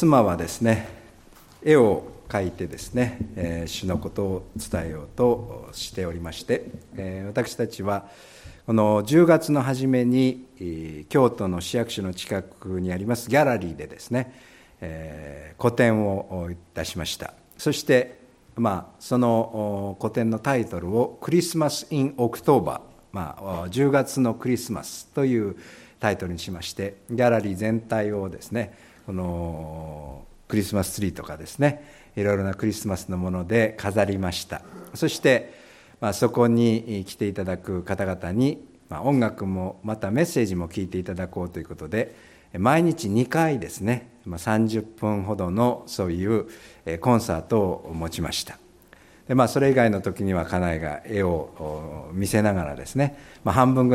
妻はですね、絵を描いてですね、主のことを伝えようとしておりまして、私たちはこの10月の初めに京都の市役所の近くにありますギャラリーでですね、個展をいたしました。そして、その個展のタイトルをクリスマス・イン・オクトーバー、10月のクリスマスというタイトルにしまして、ギャラリー全体をですね、このクリスマスツリーとかですね、いろいろなクリスマスのもので飾りました。そして、そこに来ていただく方々に、音楽もまたメッセージも聞いていただこうということで、毎日2回ですね、30分ほどのそういうコンサートを持ちました。で、それ以外の時には家内が絵を見せながらですね、半分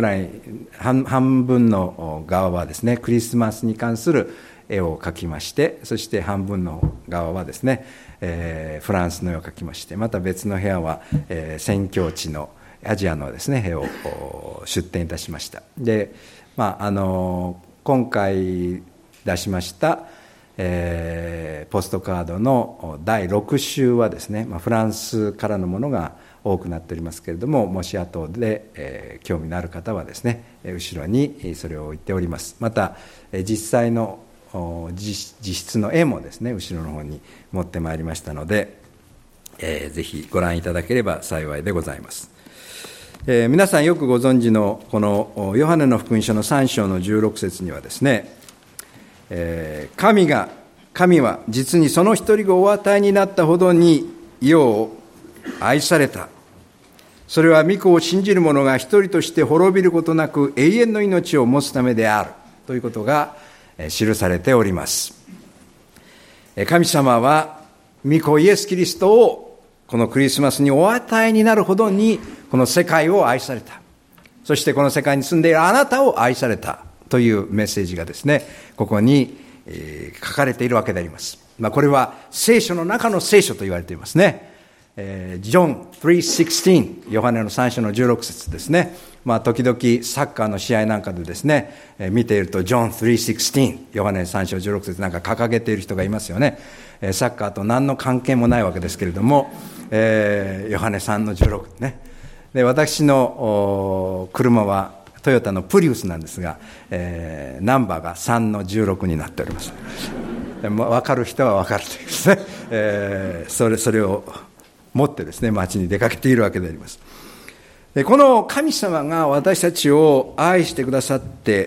の側はですね、クリスマスに関する絵を描きまして、そして半分の側はですね、フランスの絵を描きまして、また別の部屋は、宣教地のアジアのですね、絵を出展いたしました。で、今回出しました、ポストカードの第6週はですね、フランスからのものが多くなっておりますけれども、もし後で、興味のある方はですね、後ろにそれを置いております。また実際の実質の絵もですね、後ろの方に持ってまいりましたので、ぜひご覧いただければ幸いでございます。皆さんよくご存知のこのヨハネの福音書の3章の16節にはですね、神は実にその一人がお与えになったほどに世を愛された。それは御子を信じる者が一人として滅びることなく永遠の命を持つためであるということが記されております。神様は御子イエス・キリストをこのクリスマスにお与えになるほどにこの世界を愛された。そしてこの世界に住んでいるあなたを愛されたというメッセージがですね、ここに書かれているわけであります。これは聖書の中の聖書と言われていますね。ジョン 3:16、ヨハネの3章の16節ですね。時々サッカーの試合なんかでですね、見ているとジョン 3:16、ヨハネ3章16節なんか掲げている人がいますよね。サッカーと何の関係もないわけですけれども、ヨハネ3の16ね。で、私の車はトヨタのプリウスなんですが、ナンバーが3の16になっております。分かる人は分かるというですね、それを持ってですね、街に出かけているわけであります。で、この神様が私たちを愛してくださって、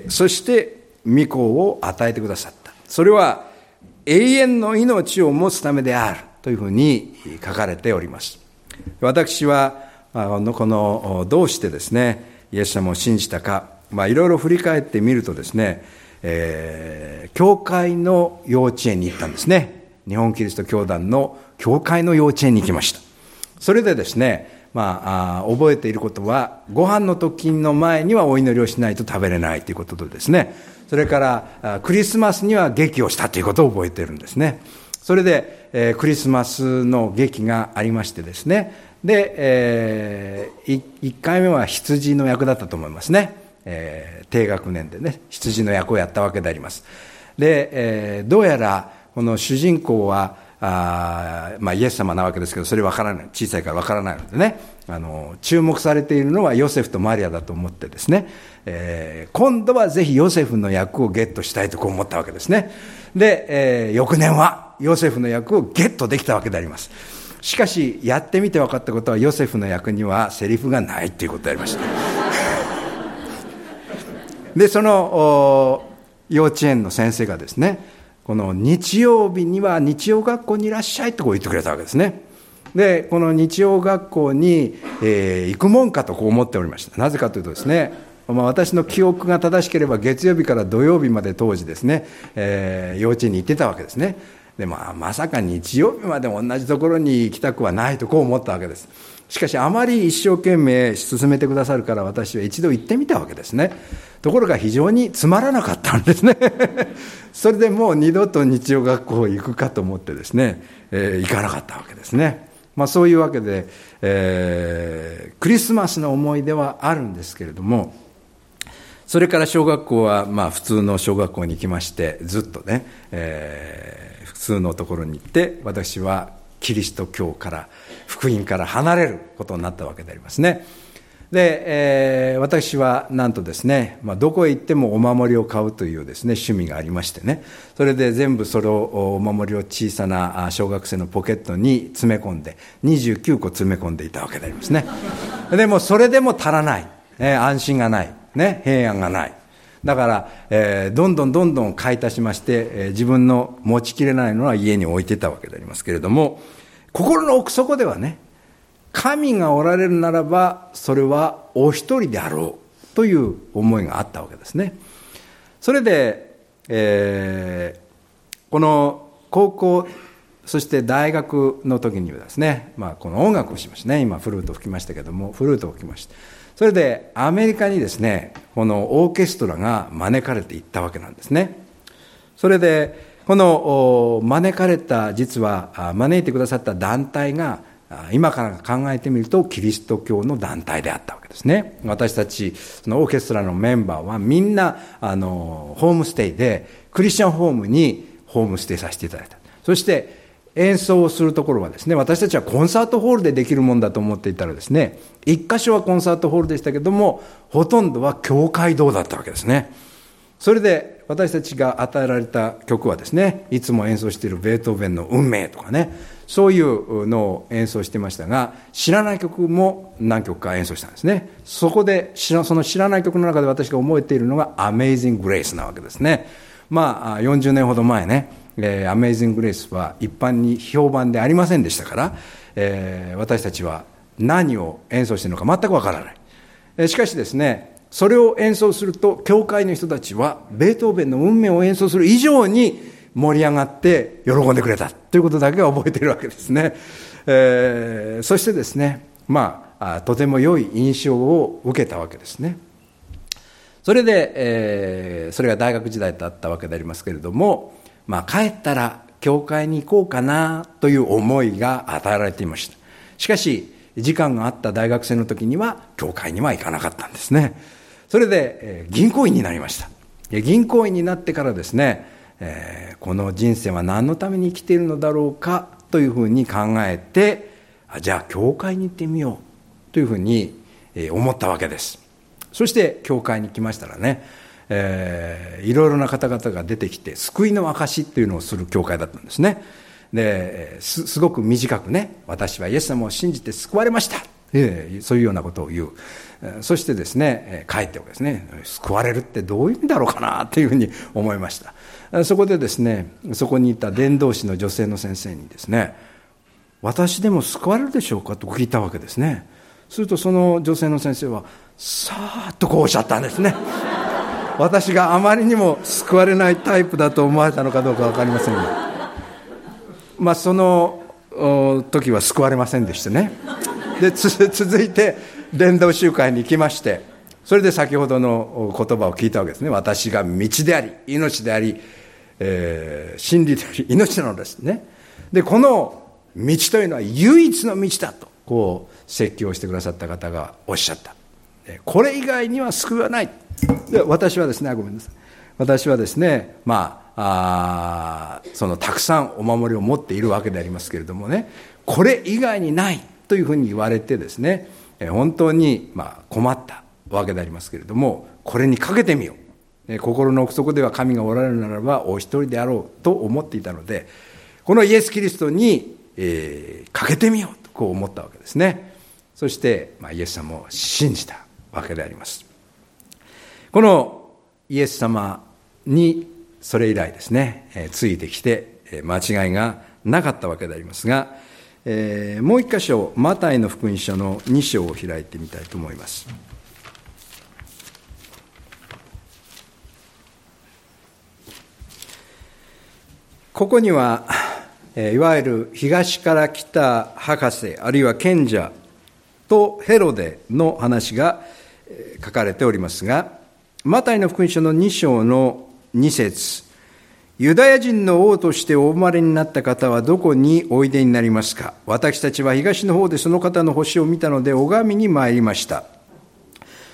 そして御子を与えてくださった。それは永遠の命を持つためであるというふうに書かれております。私はこのどうしてですね、イエス様を信じたか、いろいろ振り返ってみるとですね、教会の幼稚園に行ったんですね。日本キリスト教団の教会の幼稚園に行きました。それでですね、覚えていることは、ご飯の時の前にはお祈りをしないと食べれないということとですね、それからクリスマスには劇をしたということを覚えているんですね。それで、クリスマスの劇がありましてですね、で、1回目は羊の役だったと思いますね。低学年でね、羊の役をやったわけであります。で、どうやらこの主人公はイエス様なわけですけど、それわからない、小さいからわからないのでね、注目されているのはヨセフとマリアだと思ってですね、今度はぜひヨセフの役をゲットしたいとこう思ったわけですね。で、翌年はヨセフの役をゲットできたわけであります。しかしやってみて分かったことは、ヨセフの役にはセリフがないということでありましたで、その幼稚園の先生がですね、この日曜日には日曜学校にいらっしゃいとこう言ってくれたわけですね。で、この日曜学校に、行くもんかとこう思っておりました。なぜかというとですね、私の記憶が正しければ月曜日から土曜日まで当時ですね、幼稚園に行ってたわけですね。で、まさか日曜日まで同じところに行きたくはないとこう思ったわけです。しかしあまり一生懸命進めてくださるから、私は一度行ってみたわけですね。ところが非常につまらなかったんですねそれでもう二度と日曜学校行くかと思ってですね、行かなかったわけですね。そういうわけで、クリスマスの思い出はあるんですけれども、 それから小学校は普通の小学校に行きまして、ずっとね、普通のところに行って、私はキリスト教から福音から離れることになったわけでありますね。で、私はなんとですね、どこへ行ってもお守りを買うというですね趣味がありましてね、それで全部それをお守りを小さな小学生のポケットに詰め込んで29個詰め込んでいたわけでありますね。でもそれでも足らない、安心がない、平安がない。だから、どんどん買い足しまして、自分の持ちきれないのは家に置いてたわけでありますけれども、心の奥底ではね、神がおられるならばそれはお一人であろうという思いがあったわけですね。それで、この高校そして大学の時にはですね、この音楽をしましたね。今フルートを吹きましたけども、フルートを吹きました。それでアメリカにですね、このオーケストラが招かれていったわけなんですね。それでこの招かれた、実は招いてくださった団体が今から考えてみるとキリスト教の団体であったわけですね。私たちそのオーケストラのメンバーはみんなホームステイでクリスチャンホームにホームステイさせていただいた。そして演奏をするところはですね、私たちはコンサートホールでできるもんだと思っていたらですね、一箇所はコンサートホールでしたけども、ほとんどは教会堂だったわけですね。それで私たちが与えられた曲はですね、いつも演奏しているベートーベンの運命とかね、そういうのを演奏してましたが、知らない曲も何曲か演奏したんですね。そこでその知らない曲の中で私が覚えているのがアメイジング・グレイスなわけですね。40年ほど前ね、アメイジング・グレイスは一般に評判でありませんでしたから、私たちは何を演奏しているのか全くわからない。しかしですね、それを演奏すると教会の人たちはベートーベンの運命を演奏する以上に盛り上がって喜んでくれたということだけは覚えているわけですね。そしてですね、とても良い印象を受けたわけですね。それで、それが大学時代だったわけでありますけれども、帰ったら教会に行こうかなという思いが与えられていました。しかし時間があった大学生の時には教会には行かなかったんですね。それで銀行員になりました。銀行員になってからですね、この人生は何のために生きているのだろうかというふうに考えて、じゃあ教会に行ってみようというふうに思ったわけです。そして教会に来ましたらね、いろいろな方々が出てきて救いの証というのをする教会だったんですね。すごく短くね、私はイエス様を信じて救われました、そういうようなことを言う。そしてですね、帰ってですね、救われるってどういう意味だろうかなというふうに思いました。そこでですね、そこにいた伝道師の女性の先生にですね、私でも救われるでしょうかと聞いたわけですね。するとその女性の先生はさーっとこうおっしゃったんですね。私があまりにも救われないタイプだと思われたのかどうか分かりませんが、その時は救われませんでしたね。で続いて伝道集会に行きまして、それで先ほどの言葉を聞いたわけですね。私が道であり命であり、真理であり命なのですね。でこの道というのは唯一の道だとこう説教してくださった方がおっしゃった。これ以外には救いはない。で私はですね、私はですね、そのたくさんお守りを持っているわけでありますけれどもね、これ以外にないというふうに言われてですね、本当に困ったわけでありますけれども、これにかけてみよう。心の奥底では神がおられるならばお一人であろうと思っていたので、このイエス・キリストに、かけてみようとこう思ったわけですね。そして、イエス様を信じたわけであります。このイエス様にそれ以来ですね、ついてきて間違いがなかったわけでありますが、もう一箇所マタイの福音書の2章を開いてみたいと思います。ここにはいわゆる東から来た博士あるいは賢者とヘロデの話が書かれておりますが、マタイの福音書の2章の2節、ユダヤ人の王としてお生まれになった方はどこにおいでになりますか。私たちは東の方でその方の星を見たので拝みに参りました。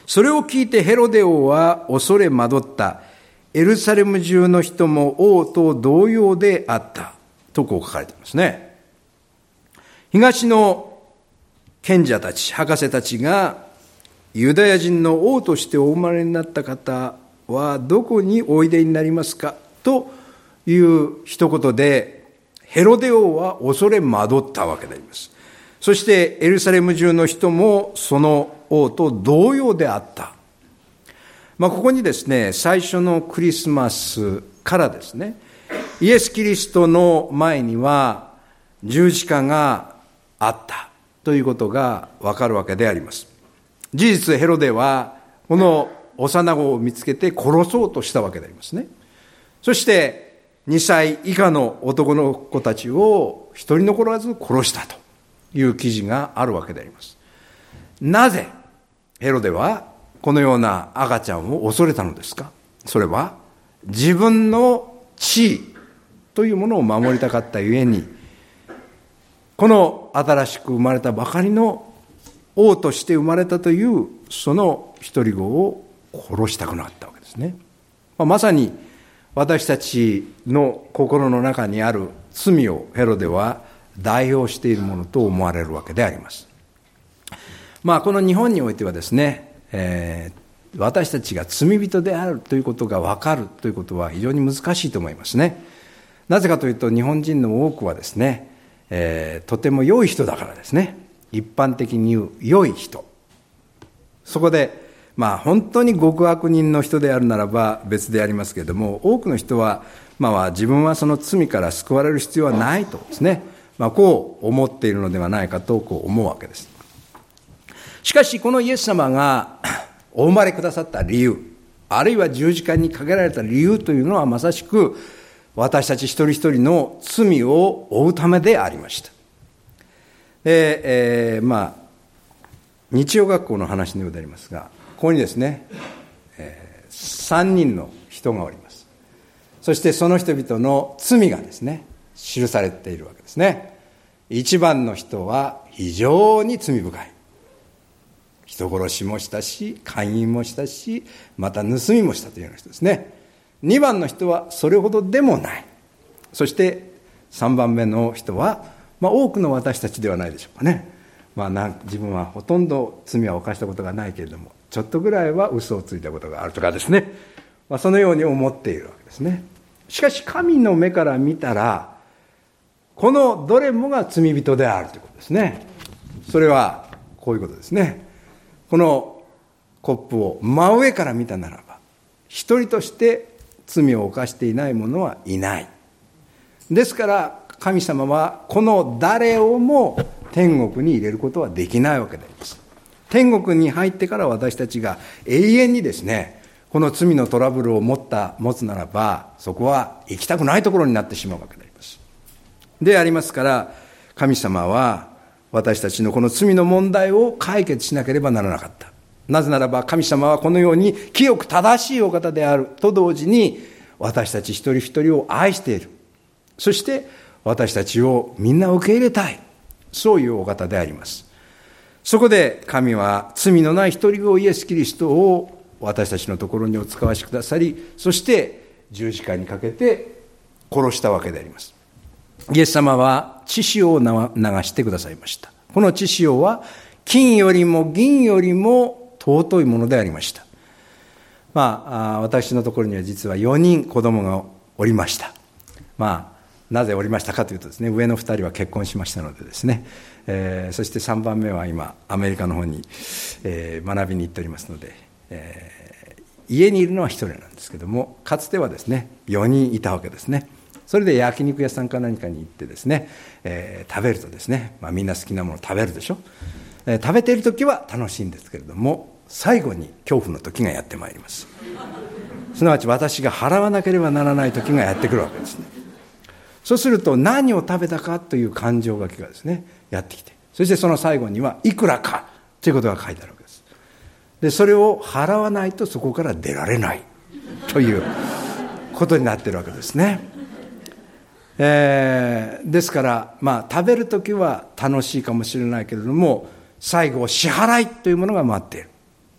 それを聞いてヘロデ王は恐れ惑った。エルサレム中の人も王と同様であった。とこう書かれていますね。東の賢者たち、博士たちが、ユダヤ人の王としてお生まれになった方はどこにおいでになりますかという一言で、ヘロデ王は恐れ惑ったわけであります。そしてエルサレム中の人もその王と同様であった。ここにですね、最初のクリスマスからですね、イエス・キリストの前には十字架があったということがわかるわけであります。事実、ヘロデはこの幼子を見つけて殺そうとしたわけでありますね。そして2歳以下の男の子たちを一人残らず殺したという記事があるわけであります。なぜヘロデはこのような赤ちゃんを恐れたのですか？それは自分の地位というものを守りたかったゆえに、この新しく生まれたばかりの王として生まれたというその一人子を殺したくなったわけですね。まさに私たちの心の中にある罪をヘロデは代表しているものと思われるわけであります。この日本においてはですね、私たちが罪人であるということが分かるということは非常に難しいと思いますね。なぜかというと、日本人の多くはですね、とても良い人だからですね。一般的に言う良い人。そこで本当に極悪人の人であるならば別でありますけれども、多くの人は、自分はその罪から救われる必要はないとですね、こう思っているのではないかと思うわけです。しかしこのイエス様がお生まれくださった理由、あるいは十字架にかけられた理由というのは、まさしく私たち一人一人の罪を負うためでありました。で、日曜学校の話のようでありますが、ここにですね、3人の人がおります。そしてその人々の罪がですね、記されているわけですね。一番の人は非常に罪深い。人殺しもしたし、姦淫もしたし、また盗みもしたというような人ですね。2番の人はそれほどでもない。そして3番目の人は、多くの私たちではないでしょうかね。自分はほとんど罪は犯したことがないけれども、ちょっとぐらいは嘘をついたことがあるとかですね、そのように思っているわけですね。しかし神の目から見たら、このどれもが罪人であるということですね。それはこういうことですね。このコップを真上から見たならば、一人として罪を犯していない者はいない。ですから神様はこの誰をも天国に入れることはできないわけであります。天国に入ってから私たちが永遠にですね、この罪のトラブルを持つならば、そこは行きたくないところになってしまうわけであります。でありますから、神様は私たちのこの罪の問題を解決しなければならなかった。なぜならば神様はこのように清く正しいお方であると同時に、私たち一人一人を愛している。そして私たちをみんな受け入れたい。そういうお方であります。そこで神は罪のない一人子イエス・キリストを私たちのところにお使わしくださり、そして十字架にかけて殺したわけであります。イエス様は血潮を流してくださいました。この血潮は金よりも銀よりも尊いものでありました。私のところには実は4人子供がおりました。なぜおりましたかというとですね、上の2人は結婚しましたのでですね、そして3番目は今アメリカの方に、学びに行っておりますので、家にいるのは1人なんですけども、かつてはですね4人いたわけですね。それで焼肉屋さんか何かに行ってですね、食べるとですね、みんな好きなものを食べるでしょ。食べている時は楽しいんですけれども、最後に恐怖の時がやってまいります。すなわち私が払わなければならない時がやってくるわけですね。そうすると何を食べたかという感情書きがですねやってきて、そしてその最後にはいくらかということが書いてあるわけです。でそれを払わないとそこから出られないということになっているわけですね。ですから、食べるときは楽しいかもしれないけれども、最後支払いというものが待っている。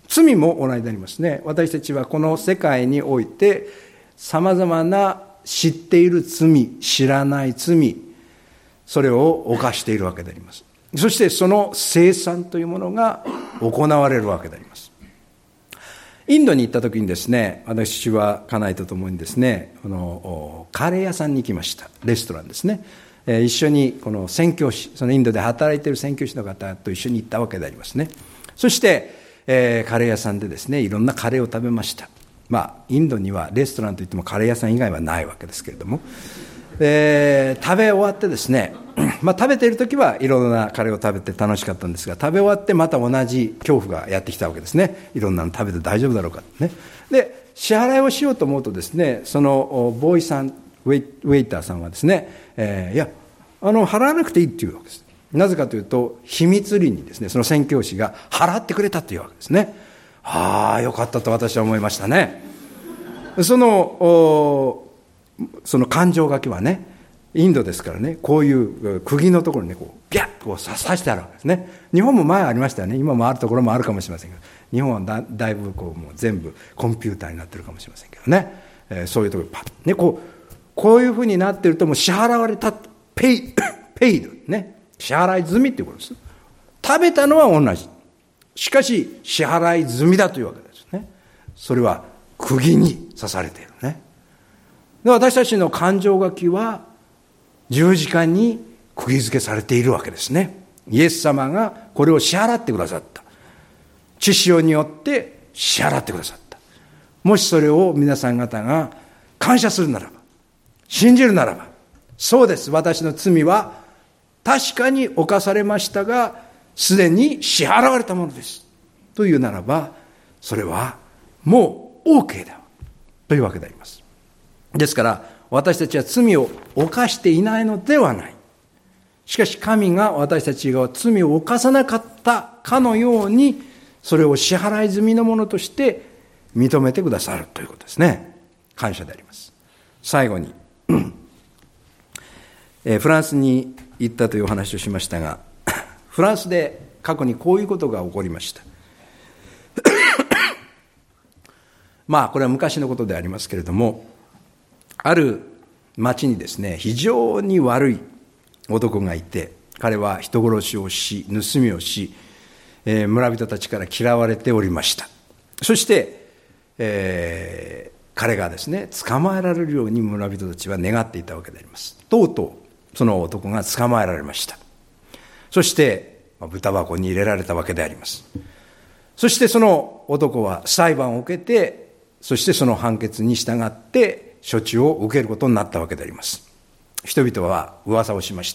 罪も同じでありますね。私たちはこの世界においてさまざまな知っている罪、知らない罪、それを犯しているわけであります。そしてその清算というものが行われるわけであります。インドに行った時にですね、私は家内と共にですね、カレー屋さんに行きました。レストランですね。一緒にこの宣教師、そのインドで働いている宣教師の方と一緒に行ったわけでありますね。そして、カレー屋さんでですね、いろんなカレーを食べました。インドにはレストランといってもカレー屋さん以外はないわけですけれども、食べ終わってですね、食べている時はいろんなカレーを食べて楽しかったんですが、食べ終わってまた同じ恐怖がやってきたわけですね。いろんなの食べて大丈夫だろうかね。で、支払いをしようと思うとですね、そのボーイさん、ウェイターさんはですね、いや、払わなくていいっていうわけです。なぜかというと、秘密裏にですね、その宣教師が払ってくれたというわけですね。よかったと私は思いましたね。その勘定書きはね、インドですからね、こういう釘のところにね、ビャッと刺してあるわけですね。日本も前ありましたよね。今もあるところもあるかもしれませんけど、日本はだいぶもう全部コンピューターになってるかもしれませんけどね、そういうところにパッね、こういうふうになってると、もう支払われた、ペイドね、支払い済みっていうことです。食べたのは同じ。しかし支払い済みだというわけですね。それは釘に刺されているね。で、私たちの勘定書きは十字架に釘付けされているわけですね。イエス様がこれを支払ってくださった。血潮によって支払ってくださった。もしそれを皆さん方が感謝するならば、信じるならば、そうです、私の罪は確かに犯されましたが、すでに支払われたものですというならば、それはもう OK だというわけであります。ですから私たちは罪を犯していないのではない。しかし神が私たちが罪を犯さなかったかのように、それを支払い済みのものとして認めてくださるということですね。感謝であります。最後にフランスに行ったというお話をしましたが、フランスで過去にこういうことが起こりました。これは昔のことでありますけれども、ある町にですね、非常に悪い男がいて、彼は人殺しをし、盗みをし、村人たちから嫌われておりました。そして、彼がですね、捕まえられるように村人たちは願っていたわけであります。とうとうその男が捕まえられました。そして豚箱に入れられたわけであります。そしてその男は裁判を受けて、そしてその判決に従って処置を受けることになったわけであります。人々は噂をしました。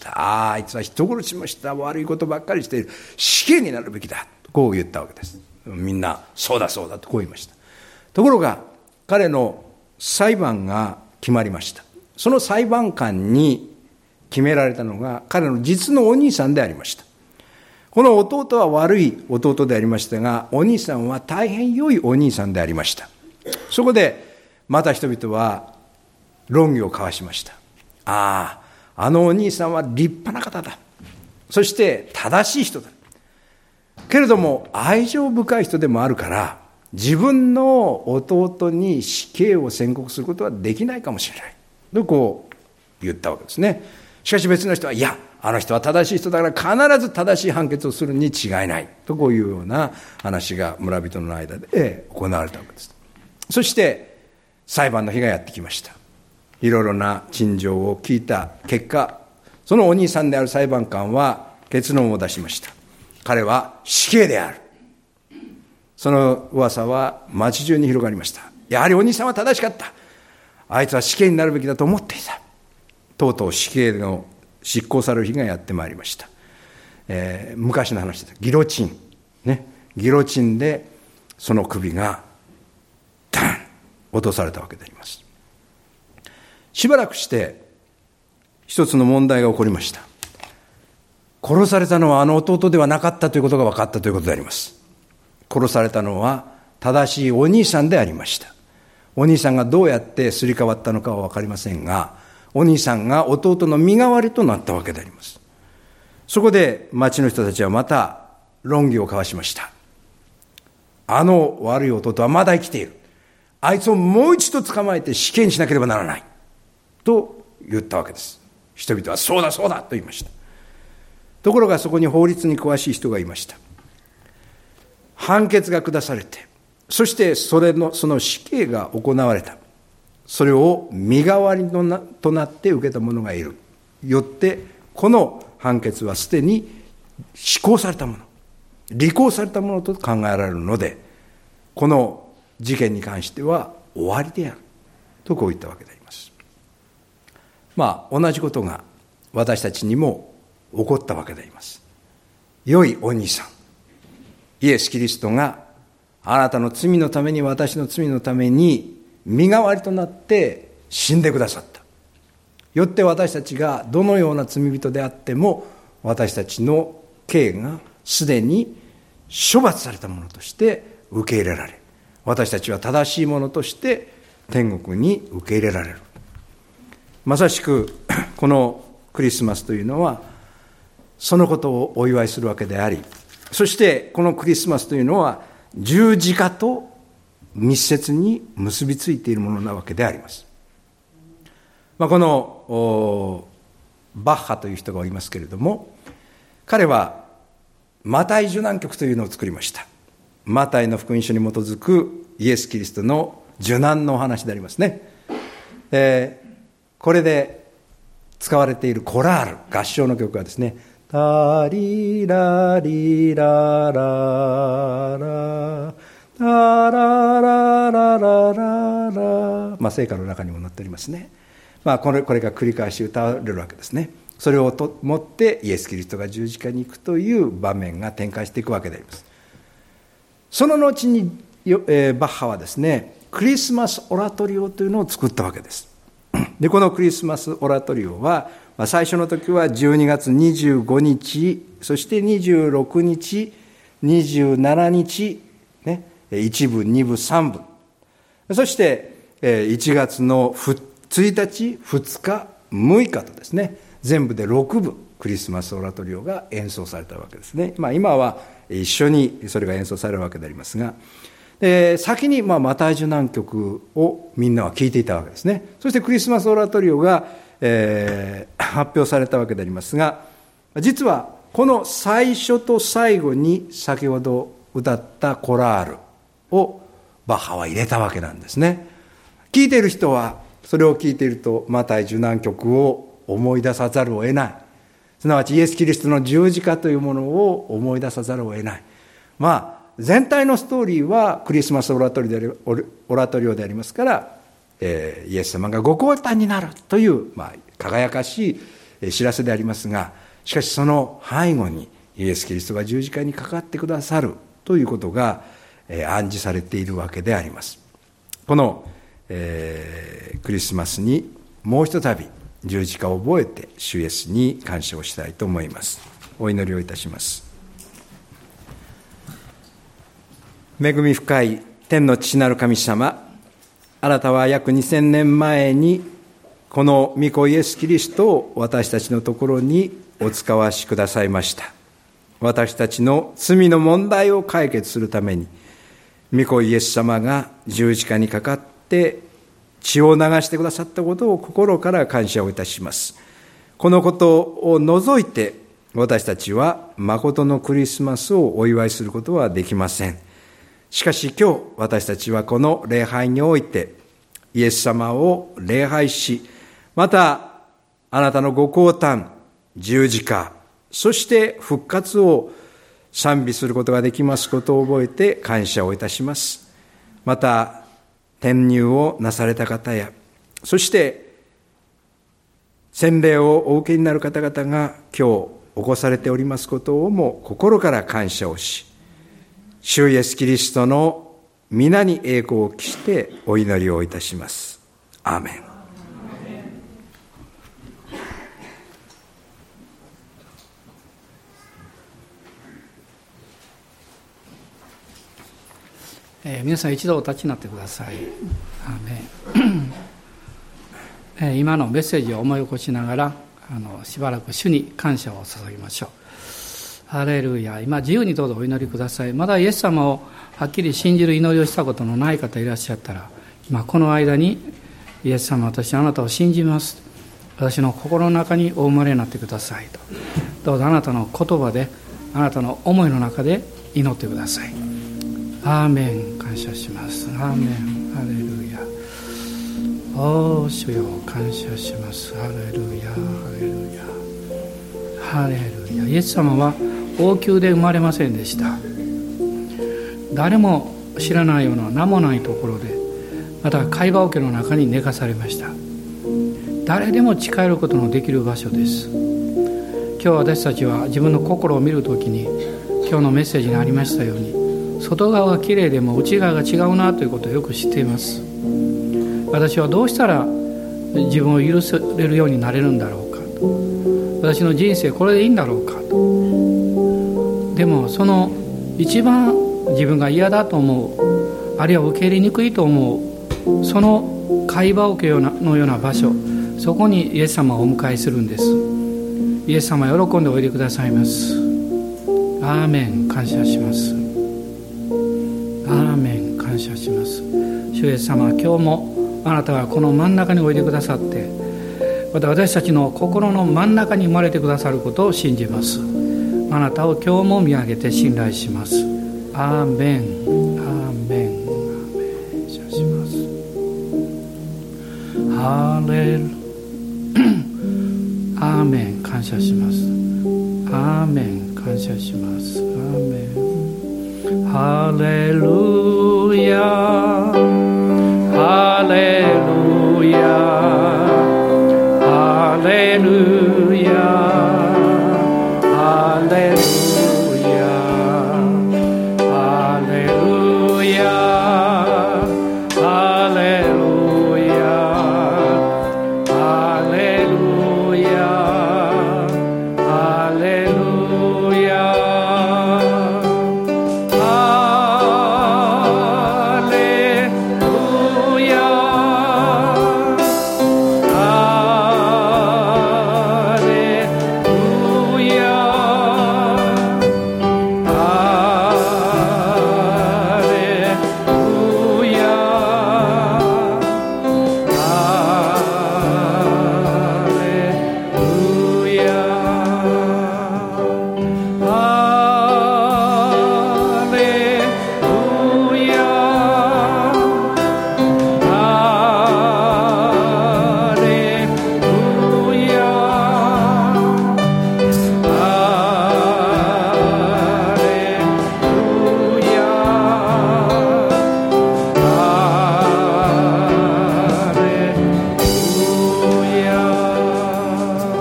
あいつは人殺ししました。悪いことばっかりしている。死刑になるべきだ。こう言ったわけです。みんなそうだそうだとこう言いました。ところが彼の裁判が決まりました。その裁判官に決められたのが彼の実のお兄さんでありました。この弟は悪い弟でありましたが、お兄さんは大変良いお兄さんでありました。そこでまた人々は論議を交わしました。あのお兄さんは立派な方だ。そして正しい人だ。けれども愛情深い人でもあるから、自分の弟に死刑を宣告することはできないかもしれないとこう言ったわけですね。しかし別の人は、いや、あの人は正しい人だから必ず正しい判決をするに違いないとこういうような話が村人の間で行われたわけです。そして裁判の日がやってきました。いろいろな陳情を聞いた結果、そのお兄さんである裁判官は結論を出しました。彼は死刑である。その噂は町中に広がりました。やはりお兄さんは正しかった。あいつは死刑になるべきだと思っていた。とうとう死刑の執行される日がやってまいりました。昔の話です。ギロチン、ね、ギロチンでその首がダン落とされたわけであります。しばらくして一つの問題が起こりました。殺されたのはあの弟ではなかったということが分かったということであります。殺されたのは正しいお兄さんでありました。お兄さんがどうやってすり替わったのかは分かりませんが、お兄さんが弟の身代わりとなったわけであります。そこで町の人たちはまた論議を交わしました。 あの悪い弟はまだ生きている。あいつをもう一度捕まえて死刑にしなければならない。と言ったわけです。人々はそうだそうだと言いました。ところがそこに法律に詳しい人がいました。判決が下されて、そしてその死刑が行われた。それを身代わりとなって受けた者がいる。よってこの判決はすでに施行されたもの、履行されたものと考えられるので、この事件に関しては終わりであるとこう言ったわけであります。同じことが私たちにも起こったわけであります。良いお兄さん、イエス・キリストがあなたの罪のために、私の罪のために身代わりとなって死んでくださった。よって私たちがどのような罪人であっても、私たちの刑がすでに処罰されたものとして受け入れられ、私たちは正しいものとして天国に受け入れられる。まさしくこのクリスマスというのはそのことをお祝いするわけであり、そしてこのクリスマスというのは十字架と密接に結びついているものなわけであります。このバッハという人がいますけれども、彼はマタイ受難曲というのを作りました。マタイの福音書に基づくイエス・キリストの受難のお話でありますね。これで使われているコラール、合唱の曲はですね、タリラリラララタララララララ、聖歌の中にも載っておりますね。これが繰り返し歌われるわけですね。それをもってイエス・キリストが十字架に行くという場面が展開していくわけであります。その後にバッハはですね、クリスマスオラトリオというのを作ったわけです。で、このクリスマスオラトリオは、最初の時は12月25日、そして26日、27日、ね、1部、2部、3部。そして1月の1日、2日、6日とですね、全部で6部クリスマスオラトリオが演奏されたわけですね。今は一緒にそれが演奏されるわけでありますが、先にマタイ受難曲をみんなは聴いていたわけですね。そしてクリスマスオラトリオが、発表されたわけでありますが、実はこの最初と最後に先ほど歌ったコラールをバッハは入れたわけなんですね。聴いている人はそれを聴いているとマタイ受難曲を思い出さざるを得ない。すなわちイエス・キリストの十字架というものを思い出さざるを得ない。全体のストーリーはクリスマスオラトリオでありますから、イエス様がご降誕になるという、輝かしい知らせでありますが、しかしその背後にイエス・キリストが十字架にかかってくださるということが、暗示されているわけであります。この、クリスマスにもうひとたび十字架を覚えて主イエスに感謝をしたいと思います。お祈りをいたします。恵み深い天の父なる神様、あなたは約2000年前にこの御子イエス・キリストを私たちのところにお使わしくださいました。私たちの罪の問題を解決するために御子イエス様が十字架にかかって血を流してくださったことを心から感謝をいたします。このことを除いて私たちは誠のクリスマスをお祝いすることはできません。しかし今日私たちはこの礼拝においてイエス様を礼拝し、またあなたのご降誕、十字架、そして復活を賛美することができますことを覚えて感謝をいたします。また転入をなされた方や、そして洗礼をお受けになる方々が今日起こされておりますことをも心から感謝をし、主イエスキリストの皆に栄光を期してお祈りをいたします。アーメン。 皆さん一度お立ちになってください。今のメッセージを思い起こしながらしばらく主に感謝を注ぎましょう。 ハレルヤ。今自由にどうぞお祈りください。まだイエス様をはっきり信じる祈りをしたことのない方いらっしゃったら、今この間にイエス様、私あなたを信じます、私の心の中にお生まれになってくださいと、どうぞあなたの言葉で、あなたの思いの中で祈ってください。アーメン。感謝します。アーメン。ハレルヤ。おー、主よ、感謝します。ハレルヤ、ハレルヤ、ハレルヤ。イエス様は王宮で生まれませんでした。誰も知らないような名もないところで、また貝羽桶の中に寝かされました。誰でも近寄ることのできる場所です。今日私たちは自分の心を見るときに、今日のメッセージにありましたように、外側がきれいでも内側が違うなということをよく知っています。私はどうしたら自分を許せるようになれるんだろうかと、私の人生これでいいんだろうかと。でもその一番自分が嫌だと思う、あるいは受け入れにくいと思う、その貝羽桶のような場所、そこにイエス様をお迎えするんです。イエス様喜んでおいでくださいます。アーメン。感謝します。アーメン。感謝します。主イエス様、今日もあなたはこの真ん中においでくださって、また私たちの心の真ん中に生まれてくださることを信じます。あなたを今日も見上げて信頼します。アーメン。アーメン。感謝します。ハレルアーメン。感謝します。アーメン。感謝します。アーメン。ハレルヤ、ハレルヤ、ハレルヤ、ハレルヤ、ハレルヤ、ハレルヤ、ハレルヤ、ハレルヤ。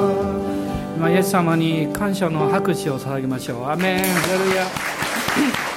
イエス様に感謝の拍手を捧げましょう。アメン。ハレルヤ。